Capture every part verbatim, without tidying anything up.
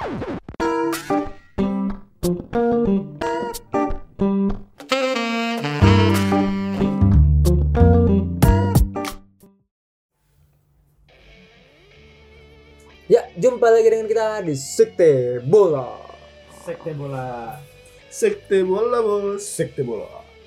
Ya, jumpa lagi dengan kita di Sekte Bola. Sekte bola. Sekte bola bos. Sekte bola.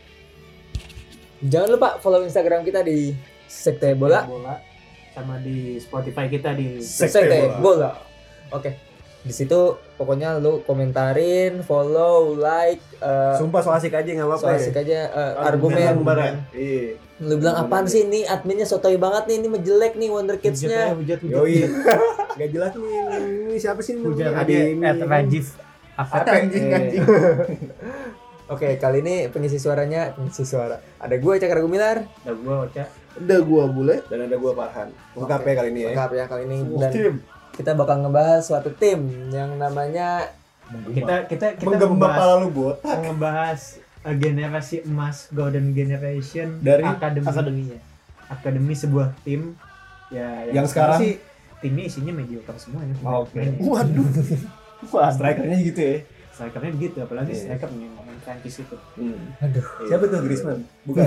Jangan lupa follow Instagram kita di Sekte Bola, bola. Sama di Spotify kita di Sekte, Sekte Bola. Bola. Oke. Di situ pokoknya lu komentarin, follow, like, uh, Sumpah so asik aja enggak apa-apa. so asik aja uh, argumen. bareng. Iya. Lu bilang apaan sih ini adminnya sotoy banget nih, ini menjelek nih Wonder Kids-nya. hujat hujat Yoi. Enggak jelas nih. Ini siapa sih ini? hujat Ada aja ini. at Rajif Apa anjing Eh, anjing? Oke, kali ini pengisi suaranya, pengisi suara. Ada gue Cakra Gumilar. Ada gua Ocha. Ada gua Bule dan ada gua Farhan. Lengkap Oke. ya kali ini ya. Lengkap ya kali ini. Sebuah Dan tim. kita bakal ngebahas suatu tim yang namanya Kita kita kita Menggembak ngebahas, pala lu buat ngebahas uh, generasi emas Golden Generation Dari akademi akademinya. akademi sebuah tim ya Yang sekarang- sih timnya isinya mediocre semua ya. Oke. Mainnya. Waduh. Wah, strikernya gitu ya. Strikernya begitu apalagi Iya. striker yang ngomong Prancis itu. Hmm. aduh. Siapa tuh Griezmann? Bukan.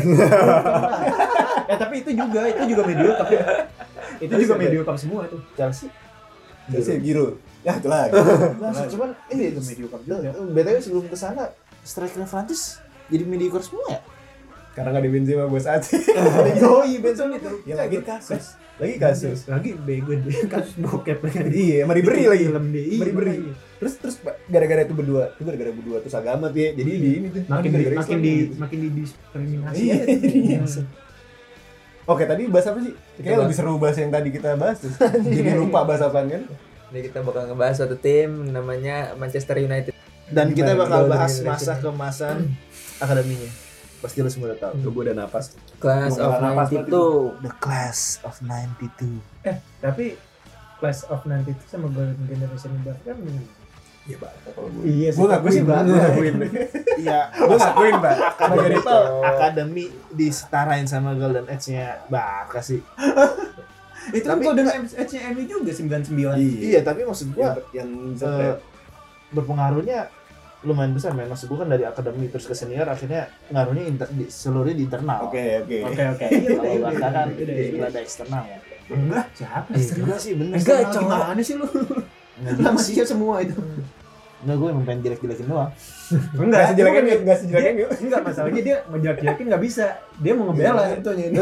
Eh tapi itu juga itu juga mediocre. Itu juga mediocre semua itu. Chelsea. Chelsea Giroud. Ya, itu lagi. Nah, cuman ini Itu mediocre juga. B T W sebelum kesana striker Prancis jadi mediocre semua ya? Karena enggak ada Benzema bos Ati. Yoi, Benzema itu. Ya lagi kasus. Lagi kasus. Lagi bego deh kasus bokep Iya, emang diberi lagi. Film deh. Iya, Beri-beri. makanya. Terus terus gara-gara itu berdua, itu gara-gara berdua terus agama tuh ya. Jadi di ini tuh Makin di, gara-gara makin Islam di gitu. makin di diskriminasi. Iya, aja tuh. iya. Hmm. Oke, tadi bahas apa sih? Kita Kayaknya bahas- lebih seru bahas yang tadi kita bahas tuh. Jadi lupa bahas apaan kan? Ini kita bakal ngebahas suatu tim namanya Manchester United. Dan kita Gimana? bakal Golden bahas Generation. masa keemasan akademinya. Pasti lo semua udah tahu. Gue udah napas. Class Bukan of napas sembilan puluh dua. The Class of ninety-two. Tapi Class of nanti itu sama Golden Generation Barat kan Iya, Pak. Kalau gue. iya Gue ngakuin, Pak. Gue ngakuin. Iya, Gue ngakuin, Pak. Sebagai akademi, rival. akademi disetarain sama Golden Age-nya Barca sih. itu kan Tapi- Golden Age-nya M U juga sembilan puluh sembilan. Iya, tapi maksud gua yang yang eh, berpengaruhnya lumayan besar men. Maksud gua kan dari akademi terus ke senior akhirnya ngaruhnya inter, di, seluruhnya di internal. Oke, oke. Oke oke. Iya udah, Kalau iya, Barca iya, kan iya, iya, iya. ada eksternal ya. Enggak, siapa? Enggak sih bener. Enggak, Eksternal cowok. gimana sih lu? Enggak Lah juga masih sih. semua itu. Enggak, gue emang pengen jelek-jelekin doang. Enggak sejelek bukan ini, dia- enggak sejelek dia- ini. Enggak masalahnya dia ngejelek-jelekin enggak bisa. Dia mau ngebela Iya. itu ini.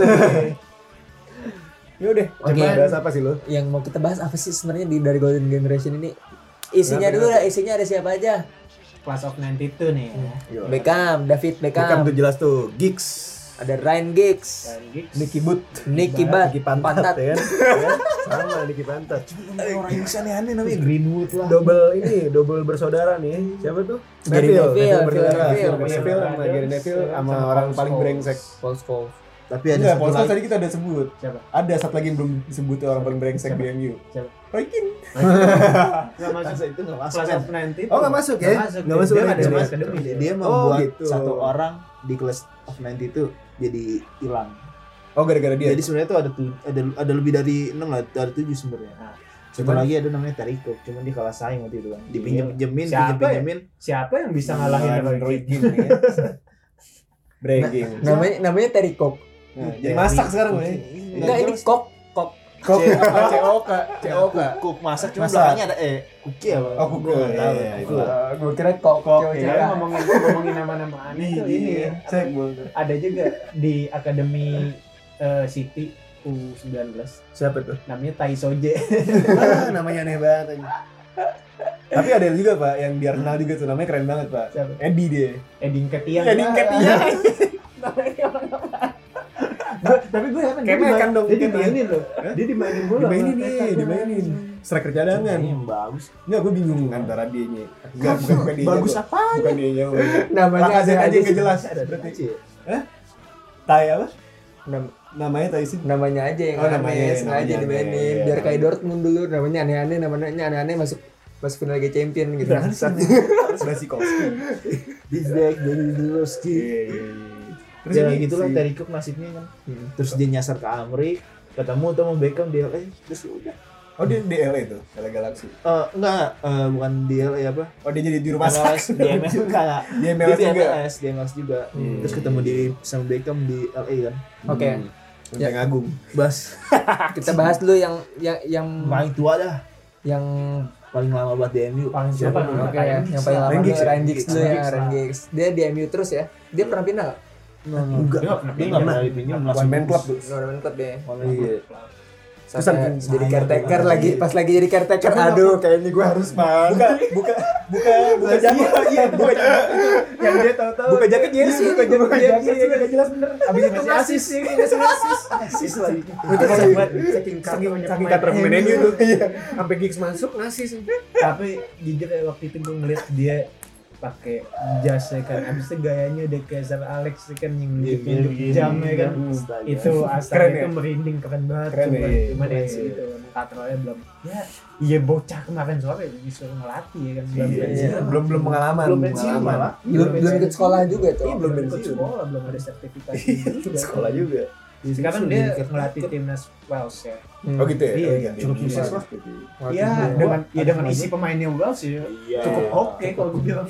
Ya udah, Oke. coba bahas apa sih lo? Yang mau kita bahas apa sih sebenarnya di dari Golden Generation ini? Isinya Kenapa, dulu lah, isinya ada siapa aja? Class of sembilan puluh dua nih ya. Beckham, David Beckham Beckham, tuh jelas tuh, Giggs, ada Ryan Giggs, Dan Giggs. Nicky Butt, Nicky Butt, Nicky Pantat, Pantat. ya kan? Ya, sama Nicky Pantat. Orang Indonesia aneh-aneh namanya. Greenwood lah. Double ini, double bersaudara nih. Siapa tuh? Gary Neville, Neville Phil bersaudara. Neville. Phil Neville sama Gary Neville sama orang paling brengsek. Paul Scholes. Tapi ada Enggak, satu Paul Scholes lagi. tadi kita udah sebut. Siapa? Ada satu lagi yang belum disebut tuh orang paling brengsek Siapa? di M U. Siapa? Roy Keane. Enggak masuk. Masa itu enggak masuk Class kan? of sembilan puluh. Oh, nggak masuk ya? Nggak masuk. Nggak masuk Dia lagi. nggak ada Dia- akademi dia. Dia Oh, membuat gitu. satu orang di Class of ninety itu jadi hilang. Oh, gara-gara dia. Jadi sebenarnya tuh ada tu, ada ada lebih dari enam lah, ada tujuh sebenarnya. Nah, Satu Cuman- lagi ada namanya Tariko, cuman dia kalah saing waktu itu kan. Dipinjem-pinjemin, Siapa ya? pinjem-pinjemin. Siapa yang bisa ngalahin Ngalahin Roy Roy Keane? Keane ya. Breaking. Namanya namanya Terry Cook. Nah, jadi masak sekarang nih. Enggak, ini Kok. Kok. Kok C O K, C O K. Kuk masak cuma Masak. belakangnya ada eh kuki apa? Oh, kuku. Gua nggak Iya, tahu. iya, Itu iya. lah. Gue kira Kok. Kok, Cewek iya. Saya cewek. ngomongin ngomongin nama-nama aneh tuh ini ya. Cek. Ada juga di akademi eh, City U sembilan belas Siapa tuh? namanya Tai Soje. Ah, namanya aneh banget aja. Tapi ada juga Pak yang di Arsenal juga tuh namanya keren banget Pak. Siapa? Eddie dia. Edin Ketian. Eddie Nketiah. Gua- tapi gue heran dia Kemek dimain- kan dong, dia kemek. dimainin loh. Hah? Dia dimainin mulu. Dimainin sama nih, Keita. dimainin. Striker cadangan. Ini yang bagus. Enggak, gue bingung antara dia nya. Enggak, bukan bukan dia. Bagus apa? Bukan dia nya. Namanya Lacazette ada aja aja. enggak jelas. Ada Berarti berarti. Tai apa? Nam- Namanya Tai sih. namanya aja yang Oh, namanya, aneh, sengaja namanya dimainin aneh, iya. biar kayak Dortmund dulu namanya aneh-aneh, namanya aneh-aneh masuk masuk final Liga Champion gitu. Brasikovski. Dizek dari Dulowski. Iya, iya, iya. Terus ya ini gitu lah si- Tariko nasibnya kan. Hmm. Terus dia nyasar ke Amri, ketemu tuh sama Beckham dia eh terus ya udah Oh dia di L A itu, L A Galaxy. Eh, enggak, eh, bukan di L A apa? Oh dia jadi di rumah M L S, sakit. di M L S enggak. Di M Dia L S di juga. M L S, di M L S juga. Hmm. Terus ketemu di sama Beckham di L A kan. Oke. Lenteng Agung. Bas Kita bahas dulu yang yang yang paling tua dah, yang paling lama buat di M U. Paling siapa nih? oke ya, yang paling lama Ryan dulu Giggs ya? Ryan Giggs dulu ya, Giggs Ryan lah. Giggs. Dia di M U terus ya. Dia pernah pindah nggak? Enggak, Dia nggak pernah dia enggak pindah. pernah dipinjam One langsung man club bus. tuh. Norman Club deh. One man club. Iya. Sampai Terus jadi sayang caretaker banget. lagi, pas lagi jadi caretaker, Coba aduh kayaknya gue harus man. Buka buka buka buka jaket. Iya, buka jaket. Yang dia tahu-tahu. Buka jaket jersey, buka jaket Buka jersey. jaket, Enggak jelas bener. Abis itu Masih ngasih asis. sih, ngasih asis. Asis lagi. Itu keren banget. Saking Saking banyak saking pemain kata pemain M U tuh. Iya. Sampai Giggs masuk ngasih sih. Tapi jujur ya waktu itu gue ngeliat dia pakai jas ya kan, abis itu gayanya udah kayak Sir Alex ya kan yang Iya, nunjuk gini, jam ya kan. astaga. Itu asal Keren itu ya? merinding keren banget. Keren cuman, ya, cuman ya keren sih. itu katrolnya belum. Ya, iya bocah kemarin sore disuruh ngelatih ya kan. Belum Iya, pensiun. iya. Belum belum pengalaman. Belum pensiun malah. Belum belum ke sekolah juga tuh. Iya, belum Belum ikut pensiun. sekolah, belum ada sertifikasi juga. Sekolah juga. Sekarang dia ngelatih timnas Wales ya. Hmm. Oh gitu ya. Iya, Oh, iya, cukup iya. sukses lah. Waktu Iya, itu. dengan ya ada dengan lagi. isi pemainnya Wales ya. Iya. Cukup oke kalau gue bilang.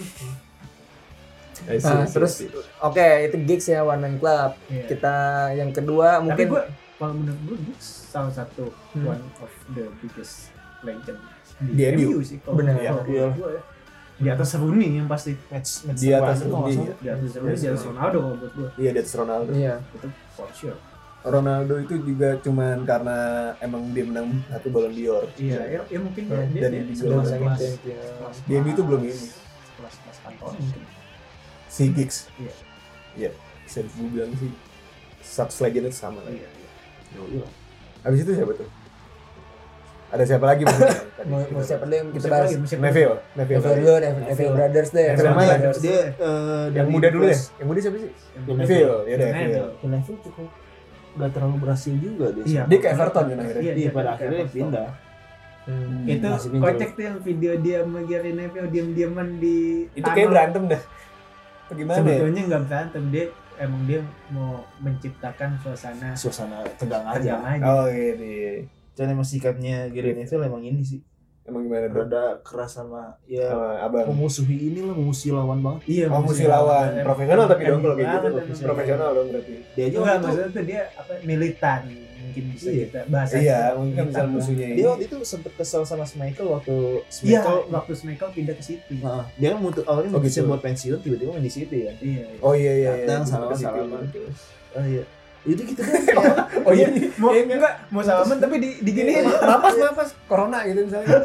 I see, Nah, I see, terus I see. oke itu Giggs ya, One Man Club. Iya. Kita yang kedua Tapi mungkin gue kalau menurut gue dia salah satu Hmm. one of the biggest legend Di M U. sih kalau Bener. kalau Iya. menurut gue ya. Di atas Rooney yang pasti. Match match Di atas terakhir kalau nggak Rooney, salah. Di atas Rooney, di atas Ronaldo kalau menurut gue. Iya, di atas Ronaldo. iya. Itu for sure. Ronaldo itu juga cuman karena emang dia menang satu Ballon d'Or. Iya, ya, ya mungkin dia Hmm. dia, Dan dia di Sebelum sekelas second kelas champion. kelas Di M U itu belum ini. kelas kelas Cantona mungkin. Si Giggs. Iya. Iya. Bisa gue bilang sih satu legend itu sama lah. Iya, iya. Yaudah. Habis itu siapa tuh? Ada siapa lagi maksudnya? Tadi Mau, kita mau siapa dulu yang kita Siapa bahas? lagi? Siapa lagi? Neville, Neville. Neville dulu, Neville, Neville Brothers deh. Neville Sama mana? Brothers. Dia eh, Yang dari muda dulu ya? kelas- Yang muda siapa sih? Neville. Neville, ya udah Neville. Neville. Neville cukup gak terlalu berhasil juga dia. Iya. Dia ke Everton kan akhirnya. Iya, Iya, pada dia akhirnya dia ke pindah. Hmm. Itu Masih pinjam. kocak tuh yang video dia sama Gary Neville diam-diaman di Itu kayak tunnel. berantem dah. Apa gimana ya? Sebetulnya nggak berantem, dia emang dia mau menciptakan suasana Suasana tegang aja. tegang aja. Oh iya, iya. Dan emang sikapnya Gary Neville emang ini sih. Emang gimana tuh? Rada keras sama ya Sama abang. memusuhi inilah, memusuhi lawan banget. Iya, Oh, musuh maksudnya lawan. emang- Profesional tapi dong emang kalau kayak gitu. banget, emang. Profesional dong berarti. Dia aja Enggak, waktu itu, maksudnya tuh dia apa militan mungkin bisa Iya. kita bahas. Iya, aja. mungkin Militan misal lah. musuhnya ini. dia waktu itu sempet kesel sama Schmeichel waktu Iya, Schmeichel waktu Schmeichel pindah ke City. Nah, dia kan mutu, awalnya Oh, mutusin gitu. buat pensiun, tiba-tiba main di City ya. Iya. iya. Oh iya iya. iya. Datang, Gua salaman, ke situ, salaman. gitu. Oh iya. Itu gitu kan kayak Oh iya. Mau Iya, enggak mau salaman tapi di diginiin. Mapas mapas corona gitu misalnya.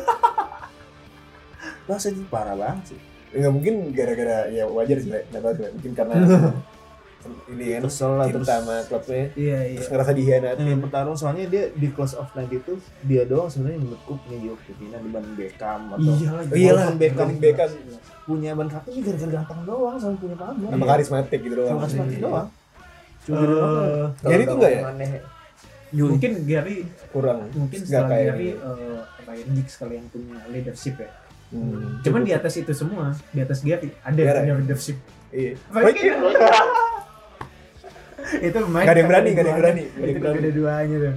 bahasa itu parah banget sih. Enggak mungkin gara-gara ya wajar sih, Lek. Nggak tahu sih, Lek. Mungkin karena ini kan Kesel lah terus. cinta sama klubnya. Iya, iya. Terus ngerasa dihianati. Yang bertarung soalnya dia di Clash of Night itu dia doang sebenarnya menurutku punya jiwa kepemimpinan dibanding Beckham atau Iya lah. Oh iyalah, walaupun Beckham dibanding Beckham. punya ban kapten ini gara-gara gampang doang sama punya pamor. Sama karismatik gitu doang. Sama karismatik Iya. doang. Cuma Eh, doang. Jadi itu enggak ya? Aneh. mungkin Gary Kurang. mungkin Nggak setelah kayak Gary ini. eh, Ryan Giggs kali yang punya leadership ya. Hmm. Cuman di atas itu semua, di atas Gary ada Gary. yang punya leadership. Iya. Baik. Itu main. Gak ada yang berani, gak ada yang berani. Gak ada Itu yang gak berani. ada duanya tuh.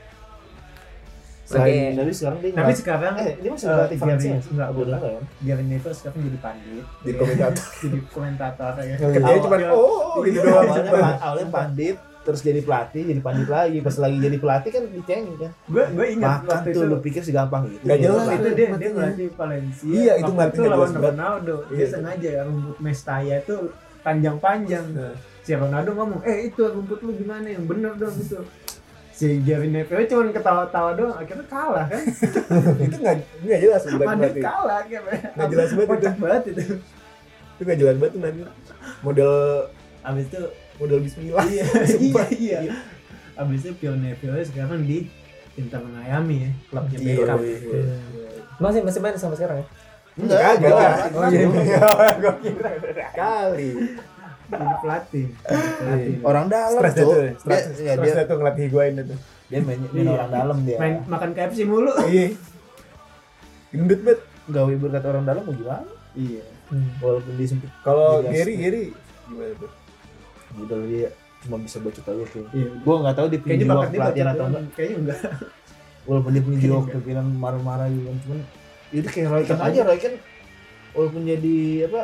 Selain dari sekarang dia Tapi ngelatih- sekarang eh dia masih eh, berlatih Gary Francis ya? enggak Udah boleh. enggak kan? Gary Neville sekarang jadi pandit, Jadi komentator. jadi komentator ya. Kerjanya cuma oh gitu doang. Awalnya, awalnya pandit, terus jadi pelatih, jadi pandit lagi. Pas lagi jadi pelatih kan dicengin kan. Gue gue ingat Makan waktu tuh itu. lu pikir segampang gitu. Nggak jelas. Itu dia dia Matinya. melatih Valencia. Iya, itu waktu ngerti itu nggak lawan jelas banget. Ronaldo. Dia Iya. sengaja rumput Mestalla itu panjang-panjang. Nah. Si Ronaldo ngomong, "Eh, itu rumput lu gimana yang bener dong gitu." Si Gary Neville cuma ketawa-tawa doang, akhirnya kalah kan. Itu nggak nggak jelas Madrid berarti. kalah akhirnya. Nggak jelas banget itu. Kocak banget itu. Itu nggak jelas banget tuh nanti. Model Abis itu model Bismillah. iya, Sumpah. iya, iya. Abis itu Phil Neville sekarang di Inter Miami ya, klubnya Iya, Beckham. iya. Masih masih main sampai sekarang ya? Enggak, Kagak enggak. lah. Oh, iya. Gua kira kali. Jadi pelatih. Jadi pelatih. Orang dalam Stres tuh. tuh. Dia, Stres. ya, dia, Stres tuh ngelatih higuain itu. dia main, main Iya. orang dalam dia. Main makan K F C mulu. Iya. Gendut banget. Gawe berkata orang dalam mau gimana? Iya. Walaupun dia sempit. Kalau Iya, Gary, sih. Gary gimana tuh? Udah dia cuma bisa bacot aja tuh. Iya. Gua nggak tahu dia punya Kayaknya jiwa bakat dia pelatihan bacot atau doang. enggak. Kayaknya enggak. walaupun dia punya jiwa kepikiran marah-marah gitu kan, cuman itu kayak Roy Keane aja, Roy Keane walaupun jadi apa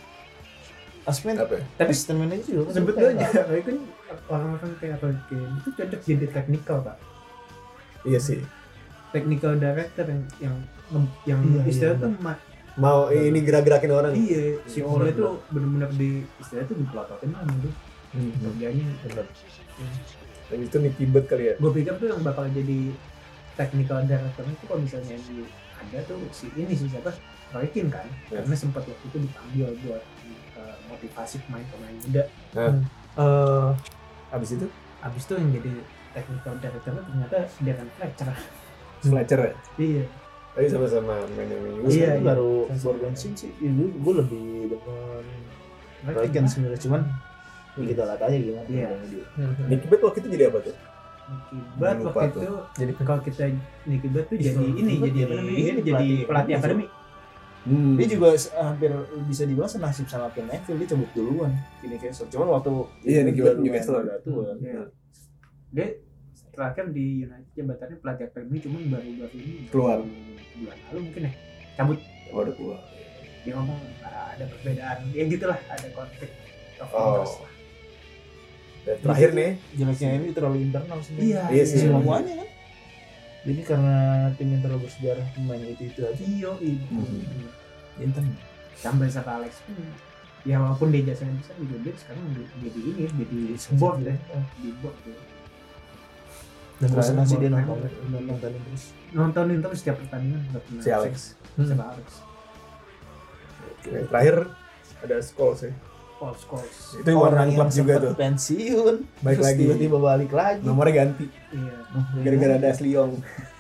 asmen Apa ya? Tapi asisten manajer juga kan Sebetulnya kayak- Roy kan orang-orang kayak Roy Keane itu cocok jadi technical pak, Iya sih. technical director yang yang yang Iya, istilahnya iya, tuh ma- Mau ini gerak-gerakin orang. iya si Bener, Ole bener. tuh bener-bener di istilahnya tuh dipelototin lah gitu Hmm. kerjanya. bener. Yang itu Nicky Butt kali ya. Gue pikir tuh yang bakal jadi technical director itu kalau misalnya di ada tuh si ini sih siapa Roy Keane kan, Ya. karena sempat waktu itu dipanggil buat uh, motivasi pemain-pemain muda. Nah, Eh abis itu abis itu yang jadi technical director ternyata Darren Fletcher. Fletcher ya. Iya. Tadi sama-sama main M U. Gue Iya, sebenarnya iya. baru Sama-sama. baru bensin sih, itu gue lebih demen Roy Keane sebenarnya, cuman ya kita lihat aja gimana Iya. perkembangannya dia. Nicky Butt waktu itu jadi apa tuh? Nicky Butt Lupa waktu tuh. itu Jadi kalau kita Nicky Butt tuh Iya, jadi ini Nicky Butt jadi apa jadi namanya dia ini jadi pelatih. pelatih akademi. Hmm. Dia juga se- hampir bisa dibilang senasib sama Phil Neville, dia cabut duluan di Newcastle. Cuman waktu Iya, Nicky Butt lumayan Newcastle. rada tua. Iya. Dia terakhir di United jabatannya pelatih akademi cuman baru-baru ini Keluar. bulan lalu mungkin ya cabut. Waduh gua. Dia ngomong "Ah, ada perbedaan ya gitulah ada konflik of Oh. interest lah." Dan terakhir nih, Jeleknya ini terlalu internal sebenarnya. Iya, Iya sih. Semuanya kan. Jadi karena tim yang terlalu bersejarah pemain itu itu aja. Iya, itu. Hmm. Internal. Sampai Sir Alex pun ya walaupun dia jasanya besar juga dia sekarang udah jadi ini jadi board deh di board ya. Dan gue senang sih dia Board nonton member. nontonin terus. Nontonin terus setiap pertandingan nggak pernah Si Alex. absen. Sir Alex Oke, terakhir ada Scholes ya. Paul Scholes Itu yang warna klub juga sempat tuh. pensiun, Balik terus lagi. tiba-tiba balik lagi. Nomornya ganti iya gara-gara ada Ashley Young.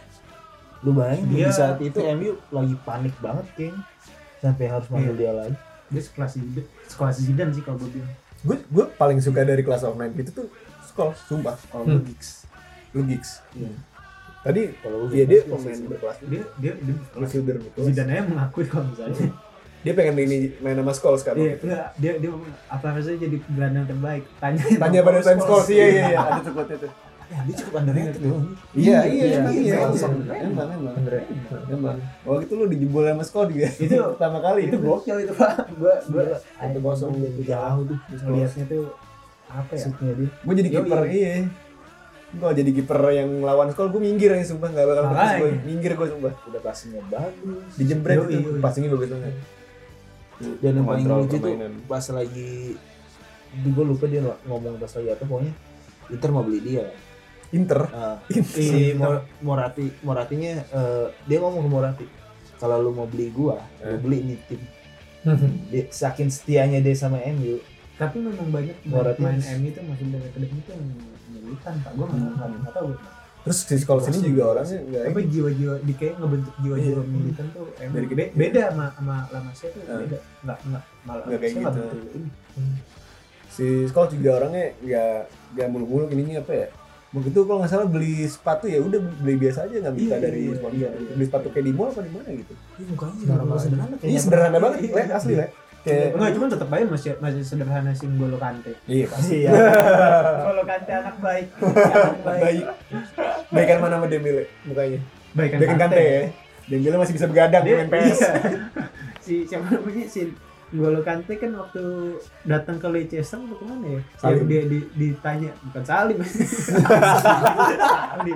Lu bayangin Dia- di saat itu M U lagi panik banget King, sampai harus manggil dia lagi. dia sekelas Zidane sekelas Zidane sih kalau gue bilang Gue gue paling suka dari Class of Nine itu tuh Scholes, sumpah. Kalau Hmm. gue gigs. Lu gigs. Iya. Tadi Kalau iya dia pemain berkelas. dia dia dia Midfielder berkelas. Zidane aja mengakui kalau misalnya Dia pengen ini main sama Scholes kan. iya enggak dia dia ngomong apa rasanya jadi gelandang terbaik tanya Tanya pada Sam Scholes, iya iya iya, ada tuh quote itu. Ya, dia cukup underrated loh. Iya, Iya, iya, emang iya, iya. iya. Emang, emang, emang. Waktu itu lu dijebol sama Scholes juga. Itu pertama kali. itu gokil itu pak gua gua Satu kosong Itu jauh tuh. ngelihatnya tuh apa ya Shootnya dia. Gue jadi Yoi. kiper, iya. Gue jadi kiper yang lawan Scholes, gue minggir aja sumpah, gak bakal fokus Makanya. gue. Minggir gue sumpah. Udah passingnya bagus. Dijembret Yoi, itu, yoi. passingnya bagus banget. Dan yang paling Kontrol lucu tuh permainan. pas lagi gue lupa dia ngomong pas lagi apa pokoknya Inter mau beli dia. Inter. Nah, Inter. si Mor- Morati Moratinya eh, dia ngomong ke Morati, kalau lu mau beli gua, lu Eh. beli ini tim. Dia saking setianya dia sama M U. tapi memang banyak Moratis. main M U itu masuk dari akademi itu yang militan pak gua nggak nggak nggak tahu gua. Terus si Scholes ini juga orangnya enggak tapi jiwa-jiwa di kayak ngebentuk jiwa-jiwa Iya. militan tuh M U Dari Be- gede. beda sama sama Lamasya tuh Eh. beda nggak nggak malah Nggak kayak Lamasya nggak gitu. bentuk ini si Scholes juga orangnya nggak nggak muluk-muluk ininya apa ya. Begitu kalau nggak salah beli sepatu ya udah beli biasa aja nggak minta Iya, dari iya, sponsor. iya, iya. Beli sepatu kayak di mall apa di mana gitu. Ini mukanya Sederhana juga sederhana Ini sederhana banget, Iya. Le, asli Le. Kayak Enggak, cuma tetap aja masih masih sederhana sih N'Golo Kante. iya pasti. Iya. N'Golo Kante anak baik. Anak Baik. Baikan mana sama Dembele mukanya? Baik Baikan Kante ya. Dembele masih bisa begadang Dia main P S. iya. Si siapa namanya si N'Golo Kante kan waktu datang ke Leicester atau kemana ya? Salim. Yang dia di, ditanya bukan Salim. Salim.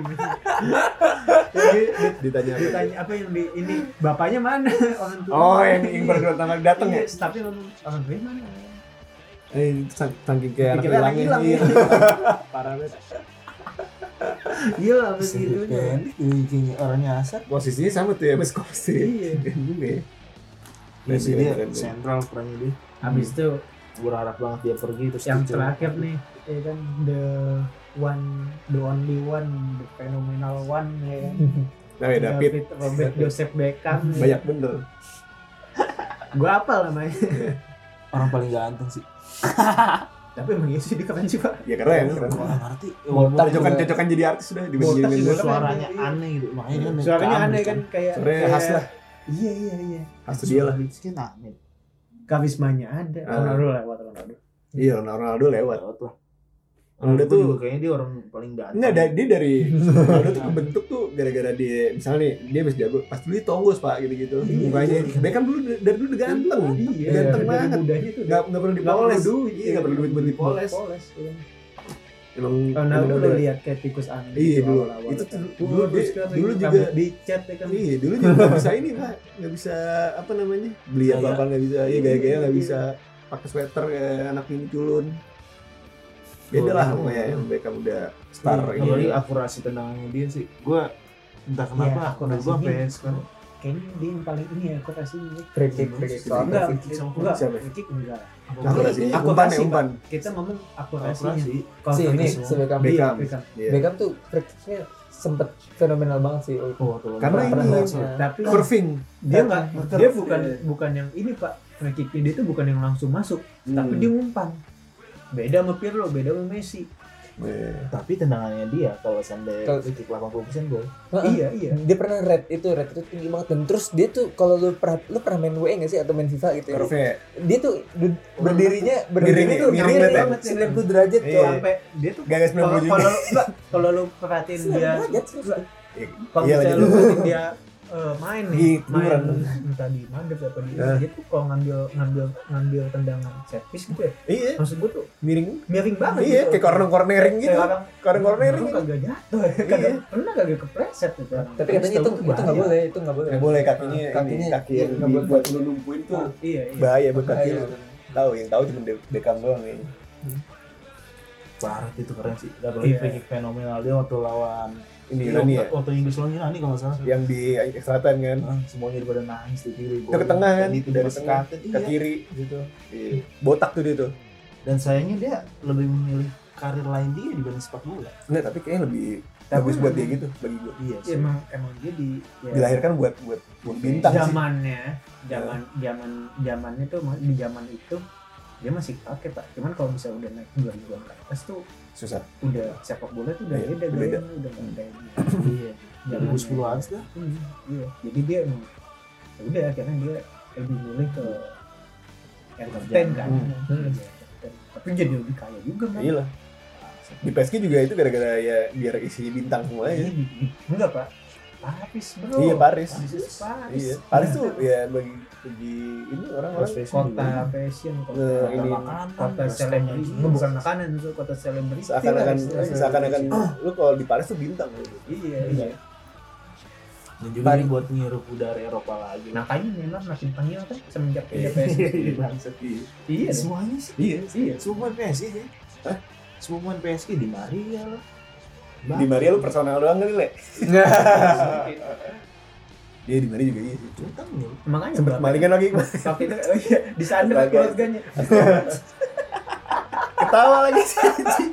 Jadi di- Ditanya apa? ditanya apa yang di ini bapaknya mana orang tua. Oh, yang yang berdua tanggal datang ya. Iya, tapi ngomong orang tua mana? Eh, sang- saking kayak anak Dikira anak hilang hilang, ya. iya. Parah banget. Iya lah begitu. Pendek, kayak orangnya asar. Posisinya sama tuh ya sama Scholes sih. Iya. Gue. Iya sih Keren, dia keren, keren. sentral perannya dia. Habis itu Gue berharap banget dia pergi terus yang Tuchel. terakhir nih ya kan the one the only one the phenomenal one ya kan Nah, ya David Robert Joseph Beckham ya. banyak bener. Gua apal namanya orang paling ganteng sih. tapi emang iya sih dia keren sih pak Ya keren, keren. Gue gak ngerti. Botak cocokan-cocokan jadi artis sudah Botak dibandingin juga dengan keren. Suaranya aneh gitu. Makanya dia naik suaranya ke aneh Amrik kan kayak Suaranya kayak- khas lah. iya iya iya Khas dia lah. Kan aneh. karismanya ada Ah. Ronaldo lewat Ronaldo Iya, Ronaldo lewat. Lewat lah. Ronaldo Ronaldo tuh juga kayaknya dia orang paling ganteng. enggak, da- dia dari Ronaldo tuh kebentuk tuh gara-gara dia misalnya nih dia habis jago pas dulu tonggos pak gitu-gitu mukanya. Beckham dulu dari dulu udah ganteng, Iya, ganteng dari banget. mudanya tuh Nggak nggak perlu nggak perlu dipoles, duit, iya nggak perlu duit buat dipoles. Poles, iya. Emang Ronaldo emang lu udah- lihat kayak tikus aneh. Iya, dulu. awal-awal Itu kan. tuh dulu Kurus dia- kan, dulu rambut juga- dicat ya kan. Iya dulu juga nggak bisa ini pak, nggak bisa apa namanya beli Gaya. apa apa nggak bisa, iya gaya-gaya nggak Iya. bisa pakai sweater kayak anak ini culun. Beda lah Oh, pokoknya iya. yang Beckham udah star Iya, ini. Apalagi akurasi tendangannya dia sih. Gue entah kenapa Iya, aku gue akurasinya. sampai sekarang Kayaknya dia yang paling ini ya akurasinya. Free kick, free kick. Soalnya Enggak, free kick sama enggak, siapa? free kick enggak. Akurasi, Ini umpan ya akurasi, umpan. Kita ngomong akurasinya. akurasi. Kalau Si free ini kick- si Beckham. Iya, Beckham. Beckham. Iya. Beckham tuh free kicknya sempet fenomenal banget sih. Oh, tuh. Karena Pernah ini lihat. Tapi Curving. dia nggak, Curve. dia bukan bukan yang ini pak. Free kicknya dia tuh bukan yang langsung masuk, tapi Hmm. dia ngumpan. Beda sama Pirlo, beda sama Messi. Iya. Tapi tendangannya dia kalau sampai Kalau- free kick delapan puluh persen gol. Heeh. Iya, iya. Dia pernah red itu, red itu tinggi banget dan terus dia tuh kalau lu pernah lu pernah main W E nggak sih atau main FIFA gitu ya? Curve. Dia tuh du- berdirinya berdiri Miring, tuh miring miring banget ya? banget sembilan puluh derajat Iya. tuh. Sampai dia tuh Gak guys sembilan kalau puluh kalau juga. lu enggak, kalau lu perhatiin dia sembilan derajat sih. kalau Iya, misalnya lanjut. lu perhatiin dia eh, main nih, Gitu, main beneran. entah di Madrid apa di Nah. dia tuh kalau ngambil ngambil ngambil tendangan set piece gitu ya. Iya. Maksud gua tuh Miring. miring banget Iya, gitu. kayak corner cornering gitu. Kayak orang Corner cornering. orang kagak jatuh ya. Kagak pernah kagak kepleset gitu. orang. Tapi katanya itu itu nggak bahaya. boleh, itu nggak boleh. Nggak boleh kakinya, Kakinya ini, kaki yang nggak boleh. buat lu lumpuhin tuh Iya, iya. bahaya buat kaki Bahaya. lu. Tahu yang tahu cuma De- Beckham doang kayaknya. Parah itu keren sih. Apalagi Iya. free kick fenomenal dia waktu lawan Ini Iya, Yunani ya, waktu Inggris lawan Yunani kalau nggak salah. yang di extra time kan. Ah, semuanya daripada nangis di kiri. Itu ke tengah kan, itu dari dari tengah tengah ke kiri gitu. Iya. Botak tuh dia tuh. Dan sayangnya dia lebih memilih karir lain dia dibanding sepak bola. Enggak, tapi kayaknya lebih Tapi bagus buat dia memang- gitu bagi gue. Iya Ya, sih. emang emang dia di ya, Dilahirkan buat buat buat bintang sih. zamannya zaman zaman zamannya tuh di zaman itu dia masih pakai pak. Cuman kalau misalnya udah naik dua ribuan ke atas tuh Susah. udah sepak bola tuh udah Iya, beda beda. gayanya, udah nggak kayak gitu. Iya. dua ribu sepuluh aja dah. Hmm, iya. Jadi dia emang ya udah akhirnya dia lebih milih ke entertain kan. Hmm. Hmm. Entertain. Tapi jadi lebih kaya juga kan. Iya lah. Di P S G juga itu gara-gara ya biar isinya bintang semua aja. Iya, di- di- enggak pak. Paris bro. Iya, Paris. Paris. Paris. Iya. Paris tuh ya bagi bagi ini orang-orang Kota fashion, kota Eh, kota ini makanan, kota selebriti. Enggak, bukan makanan itu kota selebriti. seakan-akan lah, istilahnya. seakan-akan lu kalau di Paris tuh bintang gitu. Iya, iya. Dan juga Paling- dia buat ngirup udara Eropa lagi. Nah, kayaknya Neymar makin panggil kan semenjak pindah Iya. P S G. Iya, bangsat. Iya, deh. Semuanya sih. Iya. Iya. Semua pemain P S G sih. Hah? Semua pemain P S G di Maria lah. Di Maria lu personal doang kali, Le. Iya, di Maria juga iya sih. Utang nih. Makanya Sempet Bapak- kemalingan lagi. Waktu itu oh iya, disandar Bagus. keluarganya. Ketawa lagi sih. anjing.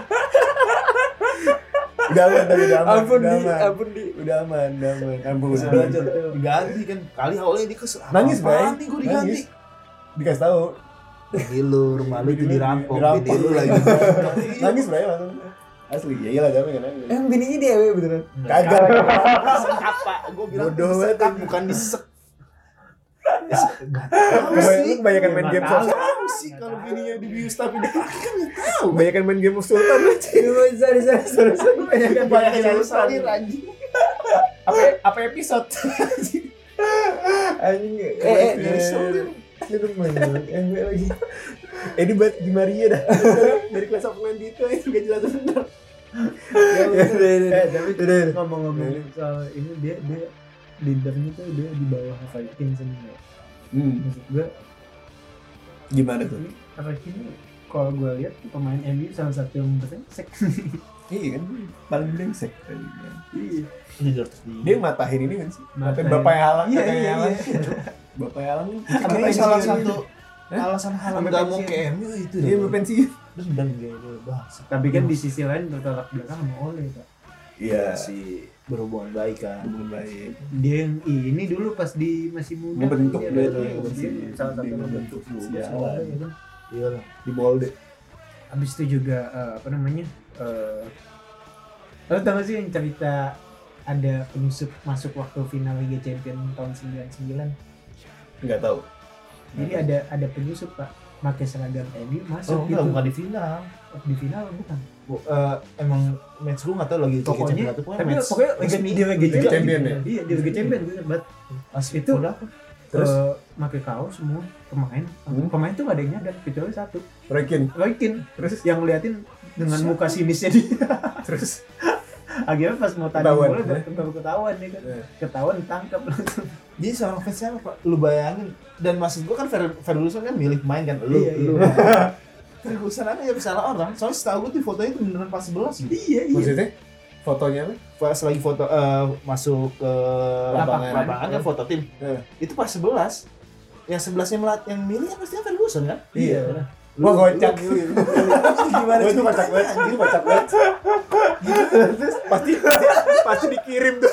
Udah aman, tapi udah aman. Ampun udah di, aman. ampun di. Udah aman, udah aman. Ampun. Terus belajar diganti kan. Kali awalnya dia kesel. Nangis, Apaan Bay. nih gue diganti. Nangis. Dikasih tahu. Bini lu, rumah lu itu dirampok. Dirampok. Bini lu lagi. Nangis Bray langsung. Asli, ya iyalah jangan kan nangis. Emang bininya dia W beneran. Kagak. Apa? Gue bilang Bodoh banget. disekap, bukan disek. Gak tahu Lu sih. kebanyakan main Nggak game tahu. Sultan. Tahu sih kalau bininya dibius tapi dia kan nggak tahu. Kebanyakan main game of Sultan aja. Sorry, sorry, sorry, sorry. Kebanyakan Banyak game yang Sultan. salir anjing. Apa apa episode? Anjing. Eh, eh, Anjing. itu main M W lagi. Eh ini buat di Maria dah. Dari kelas of main itu itu gak jelas benar. Ya udah, udah, udah. Eh, tapi Udah. ngomong-ngomong soal ini dia dia leadernya tuh dia di bawah Viking sebenarnya. Hmm. Maksud gue Gimana tuh? ini Viking ini kalau gue lihat pemain M U salah satu yang brengsek. Iya kan paling brengsek. Iya. Leader tertinggi. Dia matahin ini kan sih. Matain Matain. Bapak Halang, Iya, katanya iya, Halang. iya. Bapak Halang Katanya salah satu Hah? alasan Halang Sampai gak mau pensiun. ke M U itu. Dia mau pensiun. Dendam dia dia bahas. Tapi kan di sisi lain bertolak belakang sama Ole Pak. Iya. Si berhubungan baik kan. Hubungan baik. Dia yang ini dulu pas di masih muda. Ngebentuk dia, dia dia, tuh, dia, ngebentuk. dia salah satu Dia yang ngebentuk ngebentuk juga. si Ole, ya kan. Iya lah. Di Molde. Habis itu juga eh, apa namanya? Eh lo tau gak sih yang cerita ada penyusup masuk waktu final Liga Champions tahun sembilan puluh sembilan. Enggak tahu. Jadi ada ada penyusup Pak. pakai seragam M U Oh, masuk enggak, gitu. bukan di final. Di final bukan. Bu- eh, emang match gue nggak tahu lagi Pokoknya, itu tapi pokoknya Liga resmi. di Liga Liga Champion. Champion ya? Iya, di Liga Champion gue banget. Asli Itu udah apa? Terus? Terus pakai kaos semua pemain. Hmm. Pemain tuh gak ada yang nyadar kecuali satu. Rekin. Loikin. Terus yang ngeliatin dengan muka sinisnya dia. Terus Akhirnya pas mau tanding Ketahuan, bola ya? baru baru ketahuan nih kan. Eh. Ketahuan ditangkap langsung. Jadi seorang fans siapa Pak? Lu bayangin. Dan maksud gue kan Fer- Ferguson kan milik main kan. Lu, Iya, lu. iya. Ferguson aja ya salah orang. Soalnya setahu gue tuh fotonya tuh beneran pas sebelas gitu. Iya, iya. maksudnya fotonya apa? Pas lagi foto eh, masuk ke Lapangan. lapangan kan foto tim. Eh. Itu pas sebelas. Yang sebelasnya melat yang milih kan pastinya Ferguson kan? Iya. Lu- Wah, gocak. lu- lu- lu- Gimana Gua itu kocak banget, anjir kocak banget. Pasti pasti, pasti dikirim tuh.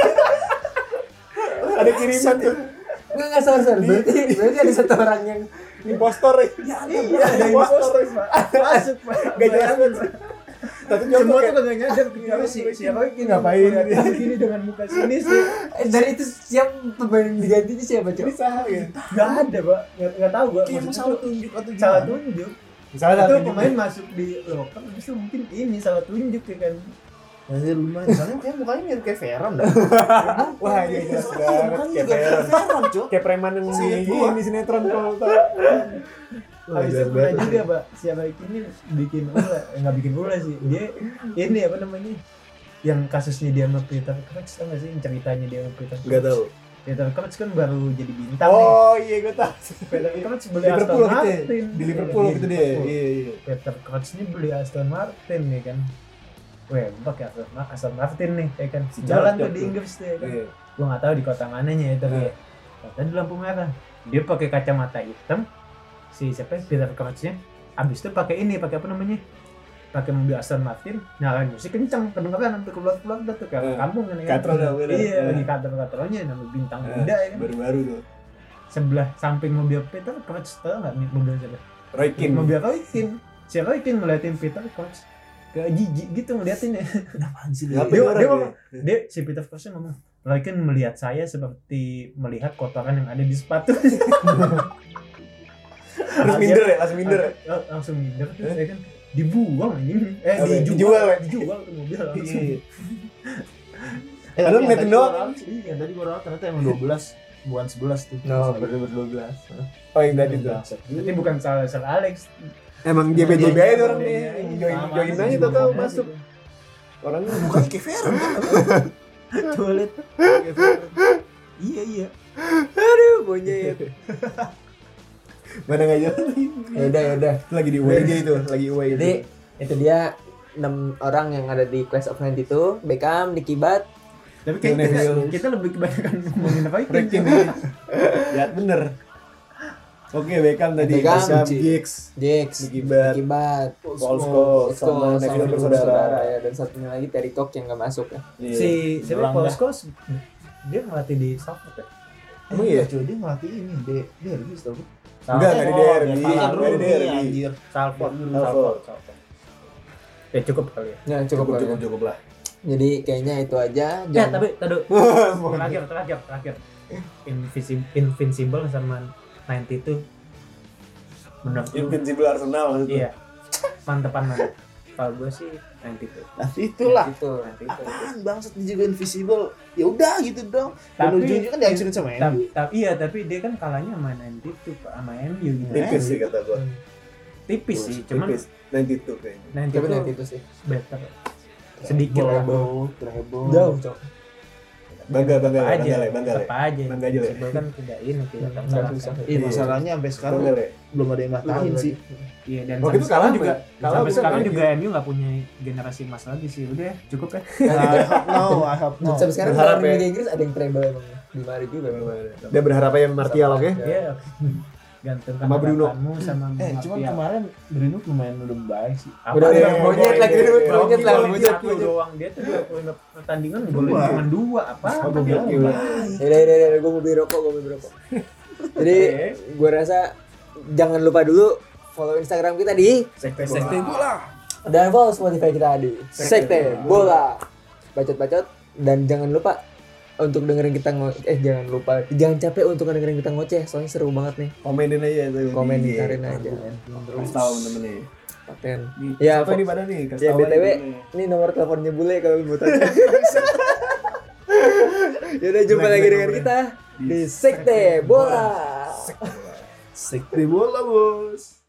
Ada kiriman tuh. Enggak enggak sorry sorry. Berarti berarti ada satu orang yang Impostor ya. Iya, ada impostor, Pak. Masuk, Pak. Gak jelas banget. Tapi Semua nyontok tuh kagak nyadar tapi si si Roykin Ngapain dia? gini dengan muka sinis ya. eh, dari itu siapa pemain yang digantinya siapa, Ini Cok? salah ya. Enggak ada, Pak. Enggak enggak tahu gua. Kayak Maksudnya salah tuh tunjuk atau gimana? salah tunjuk. Misalnya Itu satu pemain masuk di locker habis itu mungkin ini salah tunjuk ya kan. Anjir lumayan. Soalnya kayak mukanya mirip kayak Veron dah. Wah, iya jelas banget Mukanya kayak juga Veron. kayak Veron, Cok. Kayak preman yang Si di gua. ini sinetron kalau tahu. Wah, Habis jelas itu pernah banget. juga, Pak. Si Roykin ini bikin ulah, enggak bikin ulah sih. Dia ini apa namanya? Yang kasusnya dia sama Peter Crouch, tau gak sih yang ceritanya dia sama Peter Crouch? Enggak tahu. Peter Crouch kan baru jadi bintang nih. Oh, iya gue tahu. Peter Crouch beli Di Liverpool Aston gitu ya. Martin. Di Liverpool Iya, gitu di dia. Liverpool. Iya, iya. Peter Crouch ini beli Aston Martin nih kan. Weh, pakai Aston, Aston Martin nih, ya kan. Si Jalan Jalan tuh di tuh. Inggris tuh ya kan. Iya. Gua nggak tahu di kota mananya ya, tapi Iya. kata di lampu merah. Dia pakai kacamata hitam. Si siapa? Peter Crouch-nya. Abis itu pakai ini, pakai apa namanya? Pakai mobil Aston Martin, nyalain musik kencang, kedengeran sampai keluar-keluar dah tuh kayak Eh, kampung kan ya. katro dah, bener. Iya, Eh. lagi katro-katronya nama bintang Eh, muda ya kan. Baru-baru tuh. Sebelah samping mobil Peter Crouch, tahu nggak nih mobil siapa? Roykin. Mobil Roykin. Si Roykin ngeliatin Peter Crouch kayak jijik gitu ngeliatin ya. Apaan sih Ngapain Dia- orang dia ya? ngomong, Dia si Peter Crouch ngomong, Roykin melihat saya seperti melihat kotoran yang ada di sepatu. Terus minder ya, langsung minder ya. Lang- langsung minder terus ya kan dibuang anjing. Eh Apa ya? dijual, Dijual ya? dijual tuh mobil langsung. Iya. Lu Eh, tapi yang ngeliatin tadi doang. gua rawat- Iya, yang tadi gua rawat ternyata emang dua belas, bukan sebelas tuh. No, berdua belas. Oh, yang tadi tuh. Berarti bukan salah salah Alex. Emang dia B J B aja tuh orang nih. Iya, Join sama join aja aja sih, tau tau sama masuk. aja. Orangnya Bukan kayak Veron kan? Toilet. Iya iya. Aduh, monyet. mana enggak jelas. Ya udah, ya udah. Itu lagi di U A dia itu, lagi U A itu. Jadi itu dia enam orang yang ada di Clash of Night itu, Beckham, Nicky Butt, Tapi kayak kita, Neville. kita lebih kebanyakan ngomongin Roykin. Roykin ini. Jahat bener. Oke, Beckham tadi, Beckham, Beckham, Ci- Giggs, Jax, Nicky Butt, Nicky Butt, Paul Scholes, sama Neville bersaudara. ya, dan satunya lagi Terry Cox yang nggak masuk ya. Iya. Si siapa Bilang Paul dah. Scholes dia ngelatih di Salford ya. Emang iya? Cuy, dia ngelatih ini, dia dia harus tahu. Enggak, enggak di D R B, Enggak enggak di D R B. anjir. Salford, Salford. Salford, Salford. Ya cukup kali ya. Ya cukup, Cukup, lah ya. cukup, cukup lah. Jadi kayaknya itu aja. Ya, Jangan tapi tadi terakhir terakhir terakhir Invincible, Invincible sama sembilan puluh itu menurut lu Invincible Arsenal maksudnya. iya mantepan mana? Kalau gue sih sembilan puluh itu. Nah, itulah. itu. Apaan bangsat dia juga invisible. Ya udah gitu dong. Dan Tapi- ujungnya kan dihancurin sama M U. Tapi, tapi iya tapi dia kan kalahnya sama sembilan puluh itu Pak, sama M U gitu. Tipis sih kata gua. Tipis sih, cuman Tipis. sembilan puluh dua kayaknya. sembilan Tapi puluh nanti itu itu sih. better. Sedikit lah. Treble, treble. Jauh, Cok. Bangga, bangga, Tetap bangga, aja, le, bangga, le. tetap aja. Bangga aja, le. Invincible kan tidak ini tidak Nggak terkalahkan. susah. Iya, Iya. masalahnya sampai sekarang Bangga, le. belum ada yang ngatahin sih. Iya dan Waktu sampai itu sekarang kalah juga juga. Kalah sampai bisa sekarang main juga M U nggak punya generasi emas lagi sih. Udah ya, cukup ya. I hope no, I hope no. Sampai sekarang Berharap kalau ya. Liga Inggris ada yang treble emang di Mari juga memang. Dia berharap aja Martial, oke? Iya. Gantungkan Sama Bruno. harapanmu sama Eh, cuman Martial. kemarin Greenwood lumayan udah baik sih. Apa Udah ya, udah iya, monyet iya, lagi iya, ribut iya. monyet lah Gol monyet. satu doang dia tuh dua puluh lima pertandingan golnya Dua. cuma dua apa? Oh, gua bilang Gila. baik. Ya udah udah udah gue mau beli rokok, gue mau beli rokok. Jadi gue rasa jangan lupa dulu follow Instagram kita di Sekte-sekte bola. dan follow Spotify kita di Sekte Bola. Bacot-bacot dan jangan lupa untuk dengerin kita ngo- eh jangan lupa jangan capek untuk dengerin kita ngoceh soalnya seru banget nih. Komenin aja tuh. Komentarin aja. Terus tahu temen-temen. Paten. Ya, Ya, apa po- di mana nih? Kasih Ya tahu B T W aja temennya. ini nomor teleponnya Bule kalau mau tanya. Yaudah jumpa Jelek, lagi jelek dengan nomornya. kita Di di Sekte Bola. Sekte bola, Bos.